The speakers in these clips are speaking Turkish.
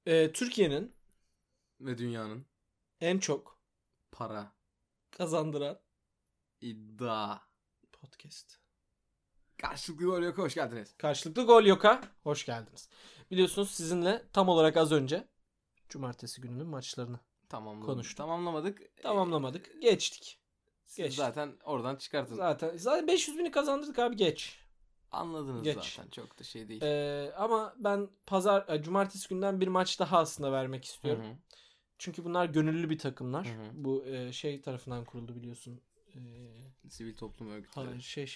Türkiye'nin Ve dünyanın en çok para kazandıran iddia podcast. Karşılıklı gol yok, hoş geldiniz. Karşılıklı gol yoka hoş geldiniz. Biliyorsunuz sizinle tam olarak az önce cumartesi gününün maçlarını konuştuk. Tamamlamadık. Geçtik. Zaten oradan çıkartın. Zaten 500 bini kazandırdık abi, geç. Anladınız Geç. zaten, çok da şey değil. Ama ben cumartesi günden bir maç daha aslında vermek istiyorum. Hı-hı. Çünkü bunlar gönüllü bir takımlar. Hı-hı. Bu tarafından kuruldu biliyorsun. Sivil toplum örgütleri.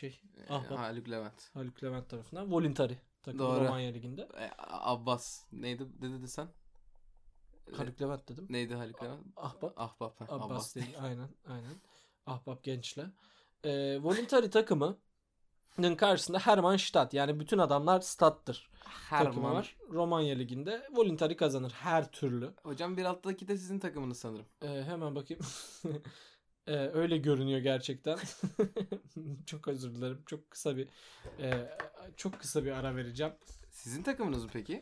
Haluk Levent tarafından. Voluntary takımı Romanya Ligi'nde. Abbas. Neydi dedi sen? Haluk Levent dedim. Neydi Haluk Levent? Ahbap. Abbas değil. Aynen. Ahbap Genç'le. Voluntary takımının karşısında Hermannstadt. Yani bütün adamlar stattır. Takımı var. Romanya Ligi'nde. Voluntary kazanır her türlü. Hocam bir alttaki de sizin takımınız sanırım. Hemen bakayım. Öyle görünüyor gerçekten. Çok özür dilerim. Çok kısa bir ara vereceğim. Sizin takımınız mı peki?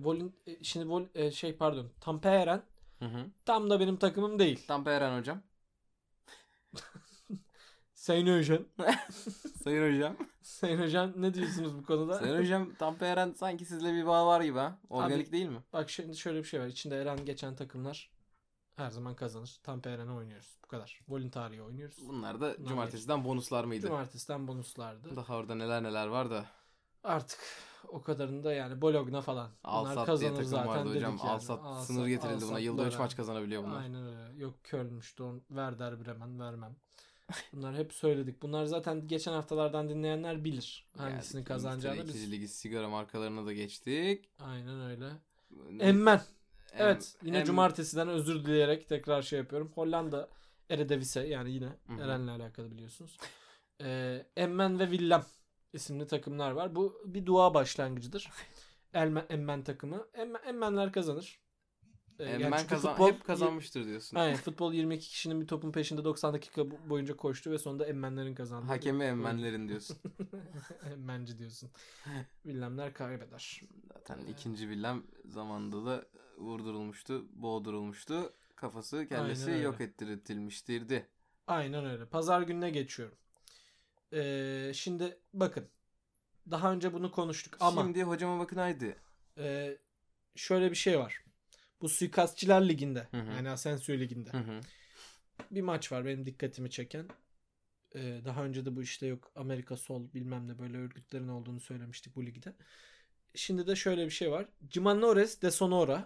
Tamperen. Hı. Tam da benim takımım değil. Tamperen hocam. Sayın Hocam. Sayın hocam. Sayın Hocam, ne diyorsunuz bu konuda? Sayın hocam, Tamperen sanki sizle bir bağ var gibi ha. Organik abi, değil mi? Bak şimdi şöyle bir şey var. İçinde Eren geçen takımlar her zaman kazanır. Tamperen'e oynuyoruz. Bu kadar. Voluntary'e oynuyoruz. Bunlar da cumartesiden bonuslar mıydı? Cumartesiden bonuslardı. Daha orada neler var da. Artık o kadarını da yani Bologna falan. Alsat kazanır diye takım zaten vardı hocam. dedik yani. Alsat sınır getirildi buna. Yılda 3 maç kazanabiliyor bunlar. Aynen öyle. Yok Köln'müş, Werder Bremen vermem. Bunlar hep söyledik. Bunlar zaten geçen haftalardan dinleyenler bilir hangisini kazanacağını. İkinci ligi sigara markalarına da geçtik. Aynen öyle. Emmen. Evet. Yine cumartesiden özür dileyerek tekrar şey yapıyorum. Hollanda Eredivisie, yani yine Eren'le alakalı biliyorsunuz. Emmen ve Willem isimli takımlar var. Bu bir dua başlangıcıdır. Emmen takımı. Emmenler kazanır. Emmen hep kazanmıştır diyorsun. Aynen. Futbol 22 kişinin bir topun peşinde 90 dakika boyunca koştu ve sonunda Emmenlerin kazandı. Hakemi Emmenlerin diyorsun. Emmenci diyorsun. Willemler kaybeder. Zaten ikinci Willem zamanında da vurdurulmuştu, boğdurulmuştu. Kafası, kellesi yok ettirilmiştirdi. Aynen öyle. Pazar gününe geçiyorum. Şimdi bakın. Daha önce bunu konuştuk ama. Şimdi hocama bakın haydi. Şöyle bir şey var. Bu Suikastçılar Ligi'nde. Yani Asensio Ligi'nde. Bir maç var benim dikkatimi çeken. Daha önce de bu işte yok Amerika Sol bilmem ne böyle örgütlerin olduğunu söylemiştik bu ligde. Şimdi de şöyle bir şey var. Gimanores de Sonora.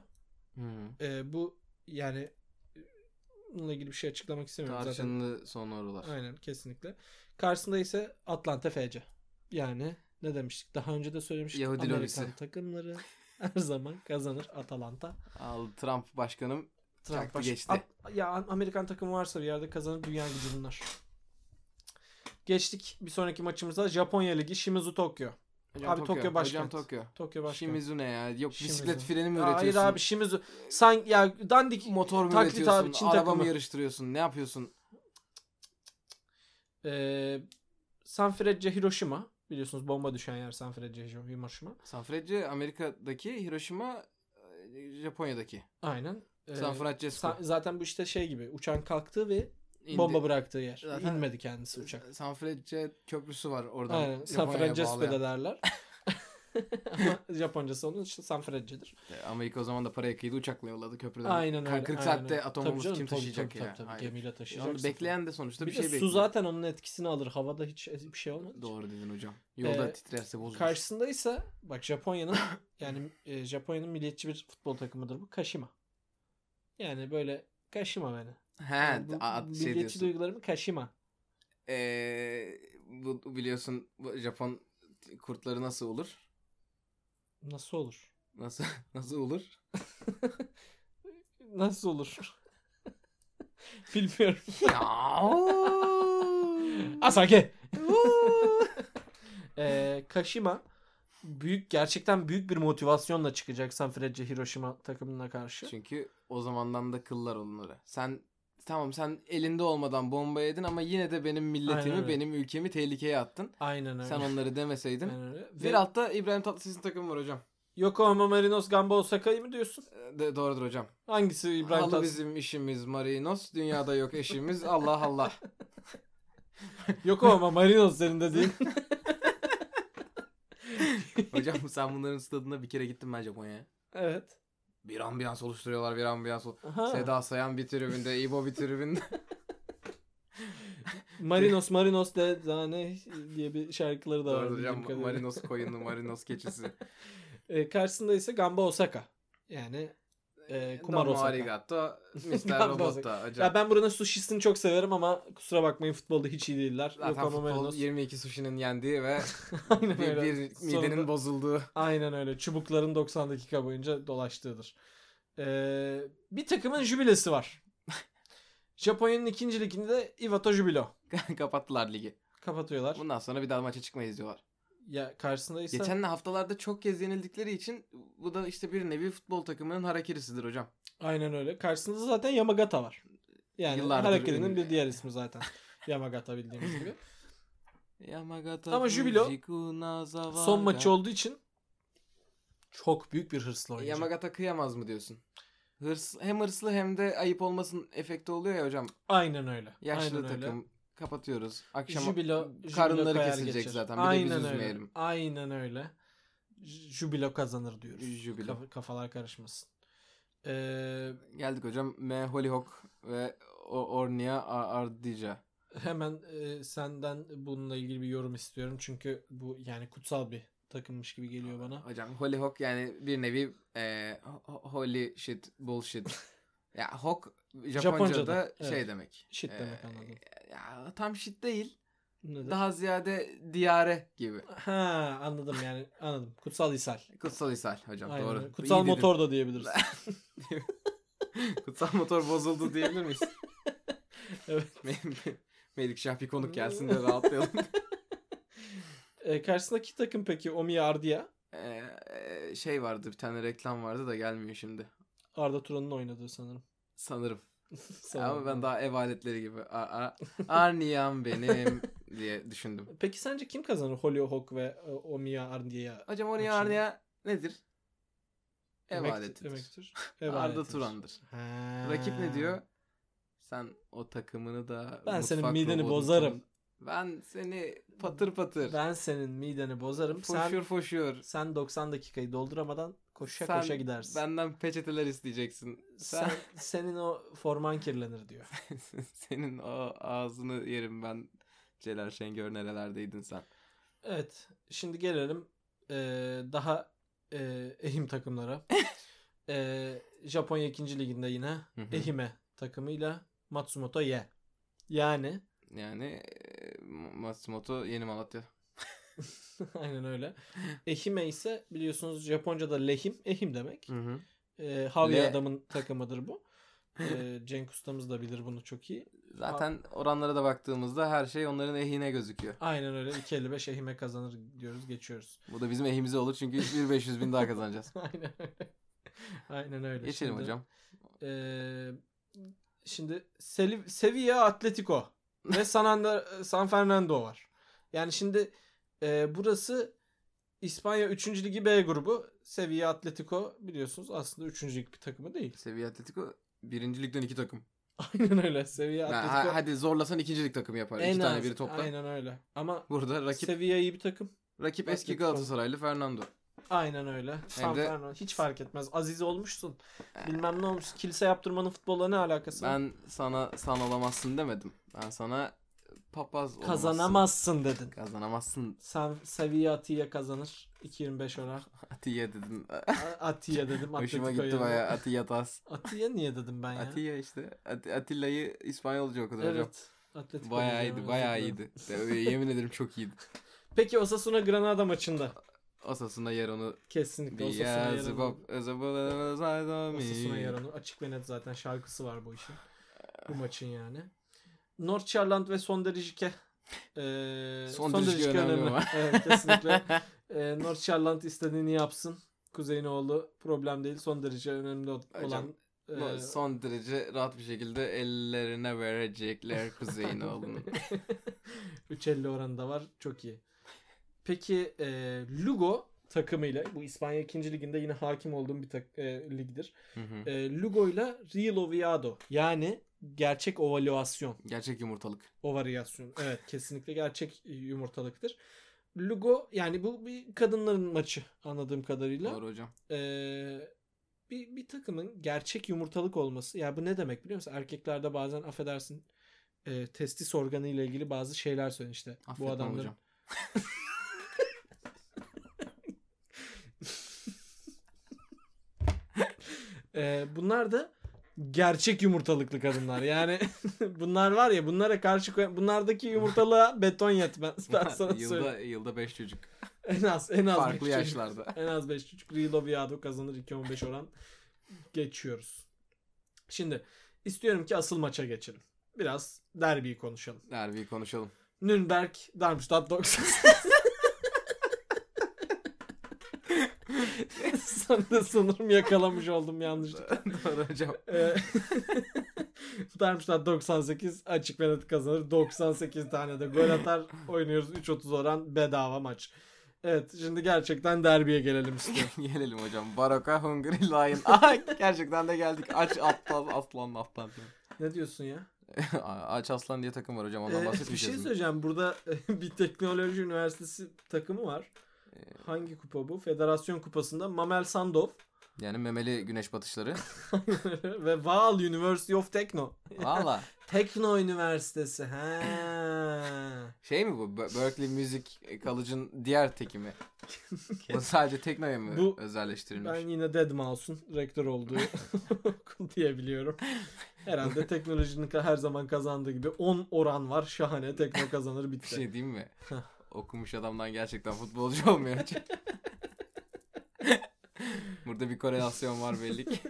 Bu yani bununla ilgili bir şey açıklamak istemiyorum zaten. Tarçınlı Sonoralar. Aynen, kesinlikle. Karşısında ise Atlanta FC. Yani ne demiştik? Daha önce de söylemiştik. Yahudi Amerikan lobisi. takımları her zaman kazanır. Atalanta. Trump başkanım çaktı geçti. Amerikan takımı varsa bir yerde kazanır, dünya gücü bunlar. Geçtik bir sonraki maçımıza. Japonya Ligi, Shimizu Tokyo. Hocam abi Tokyo başkent. Tokyo başkent. Shimizu ne ya? Yok Shimizu. Bisiklet freni mi üretiyorsun? Hayır abi, Shimizu. Dandik motor mu üretiyorsun? Araba mı yarıştırıyorsun? Ne yapıyorsun? Sanfrecce Hiroşima. Biliyorsunuz bomba düşen yer Sanfrecce Hiroşima. Sanfrecce Amerika'daki, Hiroşima Japonya'daki. Aynen. San Francisco. Zaten bu işte şey gibi, uçağın kalktığı ve bomba bıraktığı yer. Zaten İnmedi kendisi uçak. Sanfrecce köprüsü var oradan. Aynen. Sanfrecce'de derler. Ama Japoncası onun işte Sanfrecce'dir. Amerika o zaman da paraya kıydı, uçakla yolladı köprüden. Aynen öyle. 40 saatte atom bombası kim taşıyacak ya? Tabii gemiyle taşıyacak. Bekleyen de sonuçta bir şey bekliyor. Su zaten onun etkisini alır. Havada hiç bir şey olmaz. Doğru dedin hocam. Yolda titrerse bozulur. Karşısında ise bak Japonya'nın yani Japonya'nın milliyetçi bir futbol takımıdır bu. Kashima. Yani böyle Kashima beni. Yani milliyetçi duygularımı Kashima. Bu biliyorsun Japon kurtları nasıl olur? Nasıl olur? Nasıl olur? Nasıl olur? Bilmiyorum. Asake. Kashima gerçekten büyük bir motivasyonla çıkacak Sanfrecce Hiroşima takımına karşı. Çünkü o zamandan da kıllar onları. Sen elinde olmadan bomba yedin ama yine de benim milletimi, benim ülkemi tehlikeye attın. Aynen öyle. Sen onları demeseydin. Bir altta İbrahim Tatlıses'in takımı var hocam. Yokohama Marinos Gamba Osaka'yı mı diyorsun? Doğrudur hocam. Hangisi İbrahim Halı Tatlıses? bizim işimiz Marinos. Dünyada yok eşimiz. Allah Allah. Yokohama Marinos senin dediğin. Hocam sen bunların stadına bir kere gittin ben Japonya'ya. Evet. Bir ambiyans oluşturuyorlar, bir ambiyans. Aha. Seda Sayan bir tribünde, İbo bir tribünde. Marinos de zane diye bir şarkıları da var. Doğru hocam. Marinos koyunu, Marinos keçisi. Karşısında ise Gamba Osaka. Yani Kumar Domo Osaka. arigato, Mr. Gamba Robota hocam. Ya ben buranın sushisini çok severim ama kusura bakmayın futbolda hiç iyi değiller. Zaten Yokohama futbol Marinos. 22 sushi'nin yendiği ve Aynen bir öyle. midenin Sonunda- bozulduğu. Aynen öyle. Çubukların 90 dakika boyunca dolaştığıdır. Bir takımın jübilesi var. Japonya'nın 2. liginde Iwato Jubilo. Kapattılar ligi. Kapatıyorlar. Bundan sonra bir daha maça çıkmayız diyorlar. Ya karşısında ise Geçen haftalarda çok kez yenildikleri için bu da işte bir nevi futbol takımının harakirisidir hocam. aynen öyle. Karşısında da zaten Yamagata var. Yani Yıllardır Harakiri'nin ünlü. bir diğer ismi zaten. Yamagata bildiğimiz gibi. Yamagata Ama Jubilo Fujiku Nazawa Son maçı olduğu için çok büyük bir hırsla oynayacak. Yamagata kıyamaz mı diyorsun? Hem hırslı hem de ayıp olmasın efekti oluyor ya hocam. Aynen öyle. Yaşlı Aynen takım öyle. kapatıyoruz. Akşam Jubilo karınları koyar kesilecek geçer. zaten. Bir de Aynen biz öyle. üzmeyelim. Aynen öyle. Jubilo kazanır diyoruz. Jubilo. Kafalar karışmasın. Geldik hocam. Hollyhock ve Ornia Ardija. Hemen senden bununla ilgili bir yorum istiyorum. Çünkü bu yani kutsal bir takımmış gibi geliyor bana. Hocam Hollyhock yani bir nevi holy shit bullshit. Ya Hawk Japonca'da evet. şey demek. Shit demek anladım. Ya tam shit değil. Nedir? Daha ziyade diyare gibi. Ha anladım yani anladım. Kutsal ishal. Kutsal ishal hocam Aynen doğru. öyle. Kutsal İyi dedin. motor da diyebiliriz. Kutsal motor bozuldu diyebilir miyiz? Evet. Melikşah bir konuk gelsin de rahatlayalım. Karşısındaki takım peki Omiya Ardia. Şey vardı bir tane reklam vardı da gelmiyor şimdi. Arda Turan'ın oynadığı sanırım. Sanırım. Sanırım. Ama ben daha ev aletleri gibi. Arniyan benim diye düşündüm. Peki sence kim kazanır Hollyhock ve Omiya Ardia'ya? Hocam Ornia Maçını. Arnia nedir? Ev aletidir. Demektir. Arda Turan'dır. Ha. Rakip ne diyor? Sen o takımını da Ben senin mutfak mideni robotunu- bozarım. Ben seni patır patır. Ben senin mideni bozarım. Foşur foşur. Sen 90 dakikayı dolduramadan koşa Sen koşa gidersin. benden peçeteler isteyeceksin. Senin o forman kirlenir diyor. Senin o ağzını yerim ben. Celal Şengör nerelerdeydin sen? Evet. Şimdi gelelim daha ehim takımlara. Japonya 2. liginde yine Ehime takımıyla Matsumoto Ye. Yani Matsumoto Yeni Malatya. aynen öyle. Ehime ise biliyorsunuz Japonca'da lehim, ehim demek. Hı hı. Havi Le- adamın takımıdır bu. Cenk ustamız da bilir bunu çok iyi. Zaten oranlara da baktığımızda her şey onların ehine gözüküyor. Aynen öyle. 2.55 ehime kazanır diyoruz. Geçiyoruz. Bu da bizim ehimize olur çünkü 1.500.000 daha kazanacağız. Aynen öyle. Aynen öyle. Geçelim Şimdi, hocam. Şimdi Sevilla Atletico ve San Fernando var. Yani şimdi burası İspanya 3. Ligi B grubu. Sevilla Atletico biliyorsunuz aslında 3. lig bir takımı değil. Sevilla Atletico 1. ligden 2 takım. Aynen öyle. Sevilla Atletico. Hadi zorlasan 2. lig takımı yapar. 2 tane biri topla. Aynen öyle. Ama Burada rakip Sevilla iyi bir takım. eski Atletico. Galatasaraylı Fernando. Aynen öyle. San de- Fernando. Hiç fark etmez. Aziz olmuşsun. Bilmem ne olmuş. Kilise yaptırmanın futbolla ne alakası var? Ben sana san olamazsın demedim. Ben sana papaz olamazsın. Kazanamazsın dedin. Kazanamazsın. Sen Sevilla Atiye kazanır. 2.25 oran. Atiye dedin. Atiye dedim. Hoşuma Atletico gitti yerine. bayağı Atiye Tas. Atiye niye dedim ben ya? Atiye işte. Atilla'yı İspanyolca okudun hocam. Evet. Atletico Bayağı diyeceğim, iyiydi. Bayağı özür dilerim. iyiydi. Yemin ederim çok iyiydi. Peki Osasuna Granada maçında. Osasuna yer onu. Kesinlikle Osasuna yer onu. Osasuna Osasuna yer onu. Açık ve net zaten şarkısı var bu işin. Bu maçın yani. Nordsjælland ve Sonderijke. Sonderijke önemli mi? Evet kesinlikle. Nordsjælland istediğini yapsın. Kuzey'in oğlu problem değil. Son derece önemli olan son derece rahat bir şekilde ellerine verecekler Kuzey'in oğlunu. 3.50 oranı da var. Çok iyi. Peki Lugo takımıyla, bu İspanya 2. Liginde yine hakim olduğum bir ligdir. Lugo ile Real Oviedo, yani gerçek ovalyasyon. Gerçek yumurtalık. Ovaryasyon. Evet, kesinlikle gerçek yumurtalıktır. Lugo, yani bu bir kadınların maçı anladığım kadarıyla. Doğru hocam. Bir takımın gerçek yumurtalık olması. Ya bu ne demek biliyor musun? Erkeklerde bazen affedersin testis organı ile ilgili bazı şeyler söylüyor işte. Affetmem Bu adamların hocam. bunlar da gerçek yumurtalıklı kadınlar. Yani bunlar var ya, bunlara karşı bunlardaki yumurtalığa beton yetmez. Ben sana söyleyeyim. Yılda 5 çocuk. En az Farklı yaşlarda. En az 5 çocuk. Real Oviedo kazanır, 2.15 oran. Geçiyoruz. Şimdi istiyorum ki asıl maça geçelim. Biraz derbiyi konuşalım. Nürnberg Darmstadt 90. Sanırım yakalamış oldum yanlışlıkla. Doğru hocam. Darmstadt 98, açık ve net kazanır. 98 tane de gol atar. Oynuyoruz 3.30 oran, bedava maç. Evet, şimdi gerçekten derbiye gelelim istiyorum. Gelelim hocam. Baroka Hungary Lion. Gerçekten de geldik. Aç aslan. Ne diyorsun ya? Aç Aslan diye takım var hocam. Ondan Bir bahsetmeyeceğiz. şey söyleyeceğim. Burada bir teknoloji üniversitesi takımı var. Hangi kupa bu? Federasyon kupasında Mamel Sandov. Yani memeli güneş batışları. Ve Vaal University of Techno. Valla. Tekno Üniversitesi. Şey mi bu? Berkeley Music College'ın diğer teki mi? Bu sadece Tekno'ya mı özelleştirilmiş? Ben yine Deadmau5'un rektör olduğu okul diyebiliyorum. Herhalde teknolojinin her zaman kazandığı gibi 10 oran var. Şahane. Tekno kazanır, bitti. Bir şey diyeyim mi? Okumuş adamdan gerçekten futbolcu olmuyor. Burada bir korelasyon var belli ki.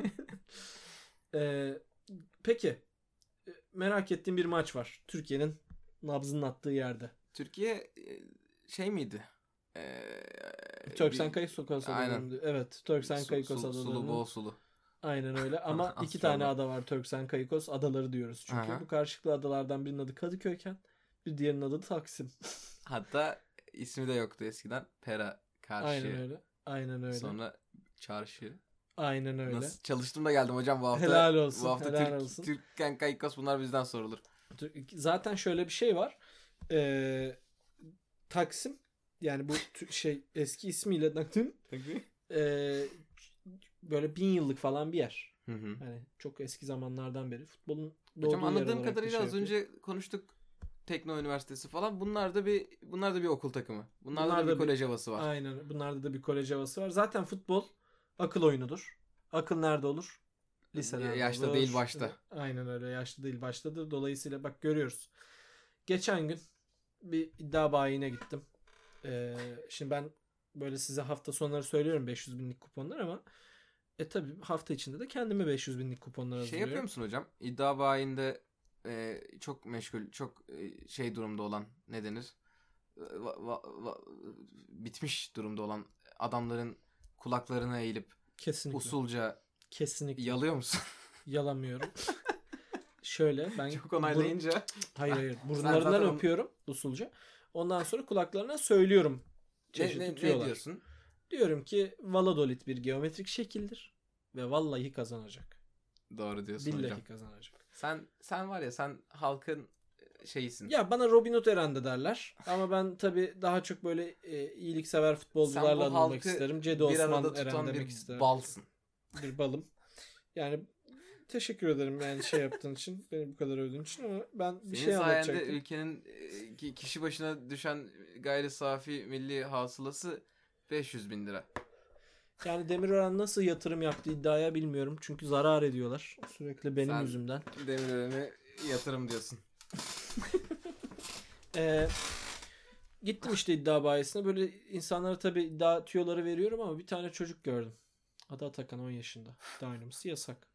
Peki. Merak ettiğim bir maç var. Türkiye'nin nabzının attığı yerde. Türkiye şey miydi? Turks and Caicos Aynen. Evet. Turks and Caicos adaları. Sulu bol sulu. Aynen öyle ama 2 tane ada var, Turks and Caicos adaları diyoruz çünkü. Aha. Bu karşılıklı adalardan birinin adı Kadıköy'ken bir diğerinin adı Taksim. Hatta ismi de yoktu eskiden. Pera karşı. Aynen öyle. Sonra çarşı. Aynen öyle. Nasıl çalıştım da geldim hocam bu hafta. Helal olsun. Bu hafta Türk and Caicos, bunlar bizden sorulur. Zaten şöyle bir şey var. Taksim, yani bu eski ismiyle Taksim. Böyle 1000 yıllık falan bir yer. Yani çok eski zamanlardan beri futbolun doğduğu hocam, yer anladığım kadarıyla az önce konuştuk, Tekno Üniversitesi falan. Bunlar da bir okul takımı. Bunlarda da bir kolej havası var. Aynen. Bunlarda da bir kolej havası var. Zaten futbol akıl oyunudur. Akıl nerede olur? Liselerde yaşta olur. Değil başta. Aynen öyle. Yaşta değil baştadır. Dolayısıyla bak görüyoruz. Geçen gün bir iddia bayine gittim. Şimdi ben böyle size hafta sonları söylüyorum 500 binlik kuponlar ama tabii hafta içinde de kendime 500 binlik kuponlar hazırlıyorum. Şey yapıyor musun hocam? İddia bayinde çok meşgul, çok durumda olan, ne denir? Bitmiş durumda olan adamların kulaklarına eğilip kesinlikle usulca yalıyor musun? Yalamıyorum. Şöyle ben çok onaylayınca hayır burunlarından öpüyorum usulca. Ondan sonra kulaklarına söylüyorum. Ne diyorsun? Diyorum ki Valladolid bir geometrik şekildir ve vallahi kazanacak. Doğru diyorsun billahi hocam. Billahi kazanacak. Sen var ya, sen halkın şeyisin. Ya bana Robin Hood Eren'de derler. Ama ben tabii daha çok böyle iyiliksever futbolcularla anılmak isterim. Cedi Osman Eren demek isterim. Balsın. Bir balım. Yani teşekkür ederim yani yaptığın için. Beni bu kadar övdüğün için ama ben bir şey anlatacaktım. Senin sayende ülkenin kişi başına düşen gayri safi milli hasılası 500 bin lira. Yani Demirören nasıl yatırım yaptı iddiaya bilmiyorum. Çünkü zarar ediyorlar. Sürekli benim yüzümden. Demirören'e yatırım diyorsun. Gittim işte iddia bayisine. Böyle insanlara tabii iddia tüyoları veriyorum ama bir tane çocuk gördüm. Adı Atakan, 10 yaşında. İddia oynaması yasak.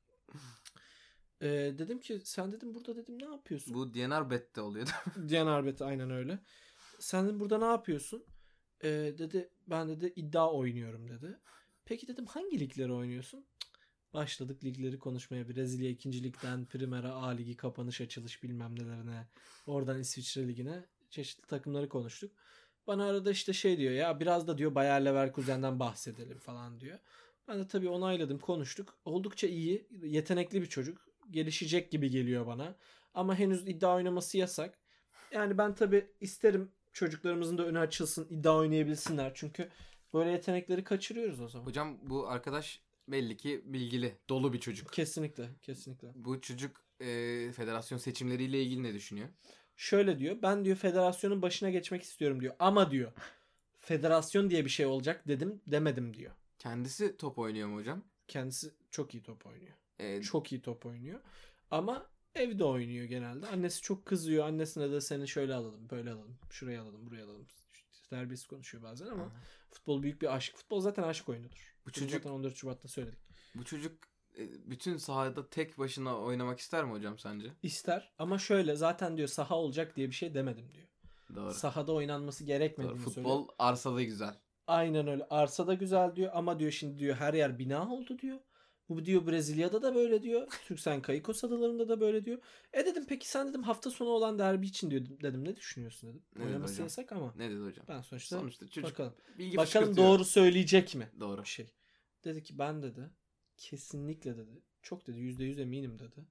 Dedim ki sen dedim burada dedim ne yapıyorsun? Bu DNR Bet'te oluyor değil mi? DNR Bet aynen öyle. Sen dedim burada ne yapıyorsun? Dedi ben dedi iddia oynuyorum dedi. Peki dedim hangi ligleri oynuyorsun? Başladık ligleri konuşmaya. Brezilya 2. Lig'den Primera A Ligi kapanış açılış bilmem nelerine. Oradan İsviçre Ligi'ne çeşitli takımları konuştuk. Bana arada işte şey diyor ya, biraz da diyor Bayer Leverkusen'den bahsedelim falan diyor. Ben de tabii onayladım, konuştuk. Oldukça iyi, yetenekli bir çocuk. Gelişecek gibi geliyor bana. Ama henüz iddia oynaması yasak. Yani ben tabii isterim çocuklarımızın da önü açılsın, iddia oynayabilsinler. Çünkü böyle yetenekleri kaçırıyoruz o zaman. Hocam bu arkadaş belli ki bilgili, dolu bir çocuk. Kesinlikle, kesinlikle. Bu çocuk federasyon seçimleriyle ilgili ne düşünüyor? Şöyle diyor, ben diyor federasyonun başına geçmek istiyorum diyor. Ama diyor federasyon diye bir şey olacak demedim diyor. Kendisi top oynuyor mu hocam? Kendisi çok iyi top oynuyor. Çok iyi top oynuyor. Ama evde oynuyor genelde. Annesi çok kızıyor. Annesine de seni şöyle alalım, böyle alalım, şuraya alalım, buraya alalım. Terbiyesiz konuşuyor bazen ama futbol büyük bir aşk. Futbol zaten aşk oyunudur. Bu çocuk, zaten 14 Şubat'ta söyledik. Bu çocuk bütün sahada tek başına oynamak ister mi hocam sence? İster ama şöyle, zaten diyor saha olacak diye bir şey demedim diyor. Doğru. Sahada oynanması gerekmediğini söylüyor. Futbol arsada güzel. Aynen öyle. Arsada güzel diyor ama diyor şimdi diyor her yer bina oldu diyor. Bu diyor Brezilya'da da böyle diyor. Türksen Caicos adalarında da böyle diyor. Dedim peki sen dedim hafta sonu olan derbi için diyor dedim ne düşünüyorsun dedim. Ne oynaması yasak ama. Ne dedi hocam? Ben sonuçta çocuk bakalım. Bilgi bakalım doğru söyleyecek mi? Doğru. Bir şey. Dedi ki ben dedi kesinlikle dedi. Çok dedi %100 eminim dedi.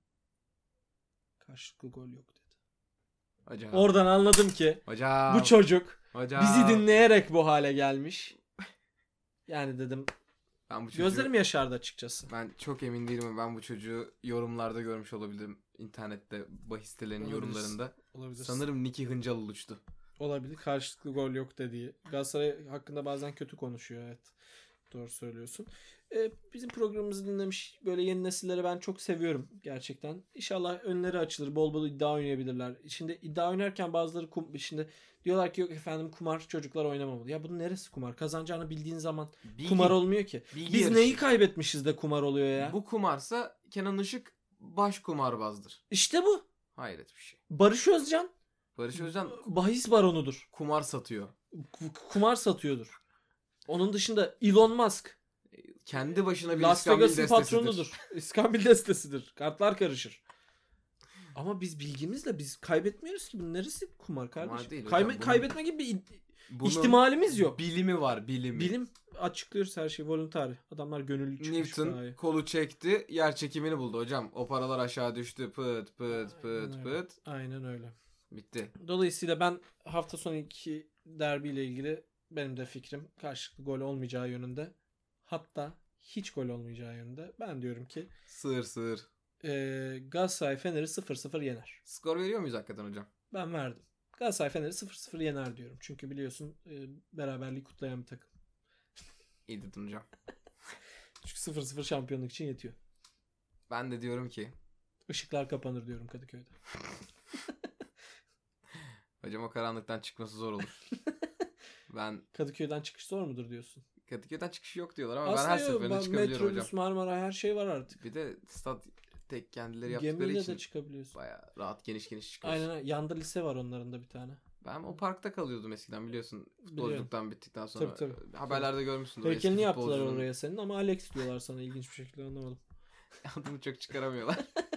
Karşılıklı gol yok dedi. Hocam. Oradan anladım ki bu çocuk bizi dinleyerek bu hale gelmiş. Yani dedim ben bu çocuğu, gözlerim yaşardı açıkçası. Ben çok emin değilim ama ben bu çocuğu yorumlarda görmüş olabilirim. İnternette bahis sitelerinin yorumlarında. Sanırım Niki Hıncal uçtu. Olabilir. Karşılıklı gol yok dediği. Galatasaray hakkında bazen kötü konuşuyor, evet. Doğru söylüyorsun. Bizim programımızı dinlemiş böyle yeni nesilleri ben çok seviyorum gerçekten. İnşallah önleri açılır. Bol bol iddia oynayabilirler. Şimdi iddia oynarken bazıları şimdi diyorlar ki yok efendim kumar çocuklar oynamamalı. Ya bunun neresi kumar? Kazanacağını bildiğin zaman kumar olmuyor ki. Biz yarışı. Neyi kaybetmişiz de kumar oluyor ya? Bu kumarsa Kenan Işık baş kumarbazdır. İşte bu. Hayret bir şey. Barış Özcan bahis baronudur. Kumar satıyor. Kumar satıyordur. Onun dışında Elon Musk kendi başına bir Las Vegas'ın patronudur. İskambil destesidir. Kartlar karışır. Ama biz bilgimizle biz kaybetmiyoruz ki. Bunun neresi kumar kardeşim? Kaybetme gibi bir ihtimalimiz yok. Bilimi var, bilimi. Bilim açıklıyoruz her şeyi. Voluntary. Adamlar gönüllü çıkmış. Newton kolu çekti, yer çekimini buldu hocam. O paralar aşağı düştü. Pıt pıt pıt pıt. Aynen öyle. Bitti. Dolayısıyla ben hafta sonu 2 derbiyle ilgili benim de fikrim karşılıklı gol olmayacağı yönünde. Hatta hiç gol olmayacağı yönünde. Ben diyorum ki sığır. Galatasaray Fener'i 0-0 yener. Skor veriyor muyuz hakikaten hocam? Ben verdim. Galatasaray Fener'i 0-0 yener diyorum. Çünkü biliyorsun beraberliği kutlayan bir takım. İyi dedin hocam. Çünkü 0-0 şampiyonluk için yetiyor. Ben de diyorum ki Işıklar kapanır diyorum Kadıköy'de. Hocam o karanlıktan çıkması zor olur. Kadıköy'den çıkış zor mudur diyorsun? Kadıköy'den çıkışı yok diyorlar ama aslında ben her seferinde çıkabiliyorum hocam. Metrobüs, Marmara her şey var artık. Bir de stat tek kendileri yaptıkları Gemiyle için de çıkabiliyorsun. Baya rahat geniş çıkıyorsun. Aynen. Yanda lise var onların da bir tane. Ben o parkta kalıyordum eskiden biliyorsun. Futbolculuktan bittikten sonra. Tabii. Haberlerde görmüşsündür. Heykelini yaptılar oraya senin ama Alex diyorlar sana, ilginç bir şekilde, anlamadım. Adımı çok çıkaramıyorlar.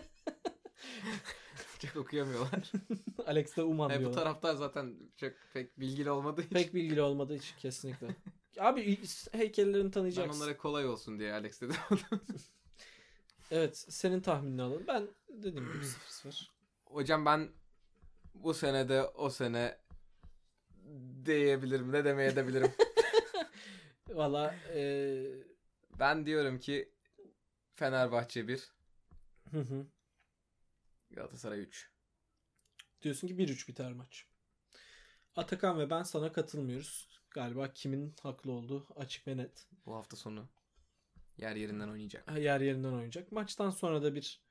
Çok okuyamıyorlar. Alex de Uman diyorlar. Bu taraftar zaten çok pek bilgili olmadığı için. Pek bilgili olmadığı için kesinlikle. Abi heykellerini tanıyacaksın. Ben onlara kolay olsun diye Alex dedim. Evet, senin tahminini alalım. Ben dediğim gibi 0-0. Hocam ben bu sene de o sene diyebilirim. Ne demeye edebilirim. Valla ben diyorum ki Fenerbahçe 1. Galatasaray 3. Diyorsun ki 1-3 biter maç. Atakan ve ben sana katılmıyoruz. Galiba kimin haklı olduğu açık ve net. Bu hafta sonu yer yerinden oynayacak. Yer yerinden oynayacak. Maçtan sonra da bir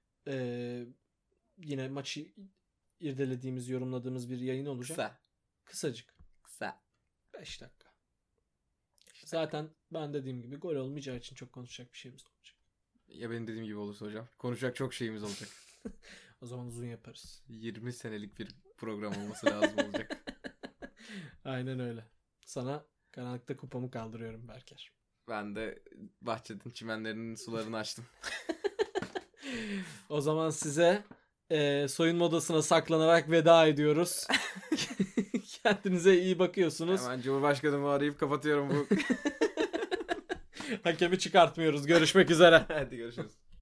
yine maçı irdelediğimiz, yorumladığımız bir yayın olacak. Kısacık. 5 dakika. Zaten ben dediğim gibi gol olmayacağı için çok konuşacak bir şeyimiz olacak. Ya benim dediğim gibi olursa hocam. Konuşacak çok şeyimiz olacak. O zaman uzun yaparız. 20 senelik bir program olması lazım olacak. Aynen öyle. Sana karanlıkta kupamı kaldırıyorum Berker. Ben de bahçenin çimenlerinin sularını açtım. O zaman size soyunma odasına saklanarak veda ediyoruz. Kendinize iyi bakıyorsunuz. Hemen Cumhurbaşkanımı arayıp kapatıyorum bu. Hakemi çıkartmıyoruz. Görüşmek üzere. Hadi görüşürüz.